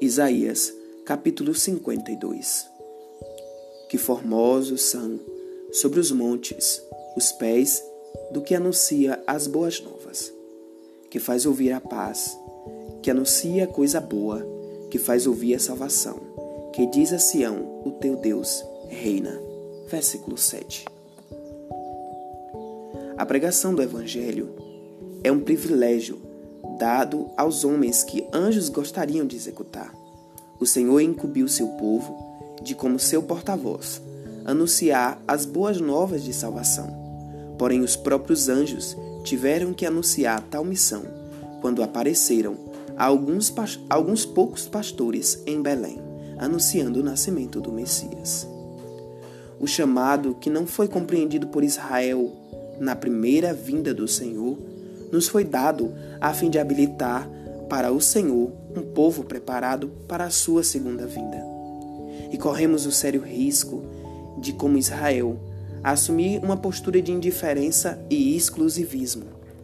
Isaías, capítulo 52. Que formosos são sobre os montes os pés do que anuncia as boas novas, que faz ouvir a paz, que anuncia coisa boa, que faz ouvir a salvação, que diz a Sião, o teu Deus reina. Versículo 7. A pregação do Evangelho é um privilégio dado aos homens que anjos gostariam de executar. O Senhor incumbiu seu povo de, como seu porta-voz, anunciar as boas novas de salvação. Porém, os próprios anjos tiveram que anunciar tal missão quando apareceram alguns poucos pastores em Belém, anunciando o nascimento do Messias. O chamado que não foi compreendido por Israel na primeira vinda do Senhor nos foi dado a fim de habilitar para o Senhor um povo preparado para a sua segunda vinda. E corremos o sério risco de, como Israel, assumir uma postura de indiferença e exclusivismo.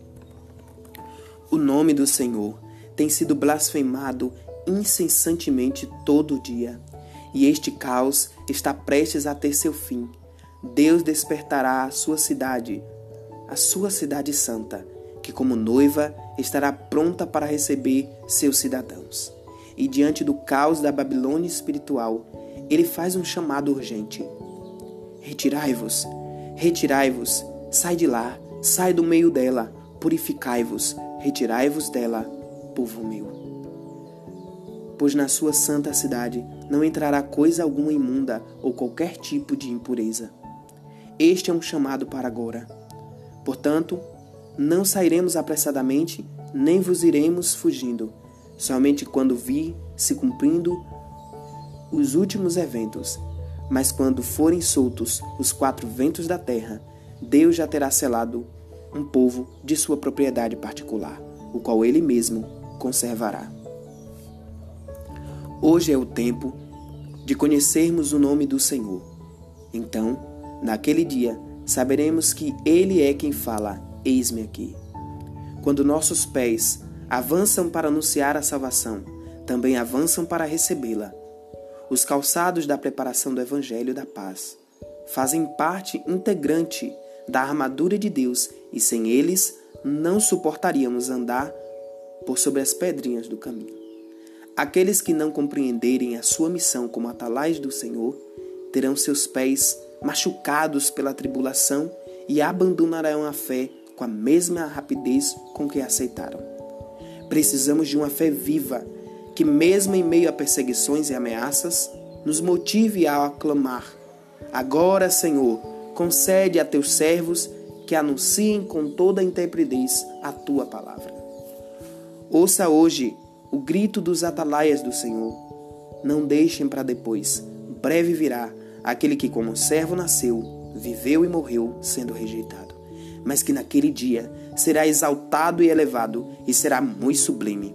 O nome do Senhor tem sido blasfemado incessantemente todo dia, e este caos está prestes a ter seu fim. Deus despertará a sua cidade santa, que como noiva estará pronta para receber seus cidadãos. E diante do caos da Babilônia espiritual, ele faz um chamado urgente. Retirai-vos, retirai-vos, sai de lá, sai do meio dela, purificai-vos, retirai-vos dela, povo meu. Pois na sua santa cidade não entrará coisa alguma imunda ou qualquer tipo de impureza. Este é um chamado para agora. Portanto, não sairemos apressadamente, nem vos iremos fugindo, somente quando vir se cumprindo os últimos eventos. Mas quando forem soltos os 4 ventos da terra, Deus já terá selado um povo de sua propriedade particular, o qual ele mesmo conservará. Hoje é o tempo de conhecermos o nome do Senhor. Então, naquele dia, saberemos que Ele é quem fala, eis-me aqui. Quando nossos pés avançam para anunciar a salvação, também avançam para recebê-la. Os calçados da preparação do Evangelho da Paz fazem parte integrante da armadura de Deus e sem eles não suportaríamos andar por sobre as pedrinhas do caminho. Aqueles que não compreenderem a sua missão como atalaias do Senhor terão seus pés machucados pela tribulação e abandonarão a fé com a mesma rapidez com que a aceitaram. Precisamos de uma fé viva, que mesmo em meio a perseguições e ameaças, nos motive a aclamar: agora, Senhor, concede a teus servos que anunciem com toda a intrepidez a tua palavra. Ouça hoje o grito dos atalaias do Senhor. Não deixem para depois. Breve virá aquele que como servo nasceu, viveu e morreu sendo rejeitado, mas que naquele dia será exaltado e elevado e será muito sublime.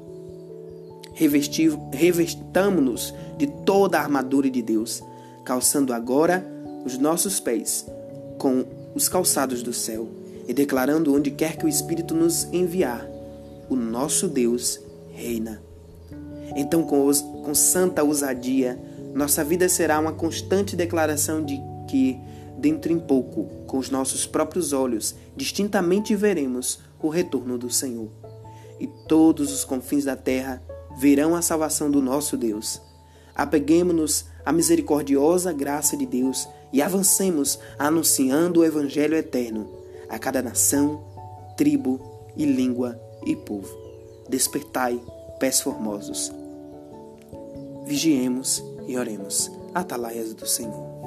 Revestamo-nos de toda a armadura de Deus, calçando agora os nossos pés com os calçados do céu e declarando onde quer que o Espírito nos enviar: o nosso Deus reina. Então, com santa ousadia, nossa vida será uma constante declaração de que, dentro em pouco, com os nossos próprios olhos, distintamente veremos o retorno do Senhor. E todos os confins da terra verão a salvação do nosso Deus. Apeguemo-nos à misericordiosa graça de Deus e avancemos anunciando o Evangelho eterno a cada nação, tribo e língua e povo. Despertai, pés formosos. Vigiemos e oremos, atalaias do Senhor.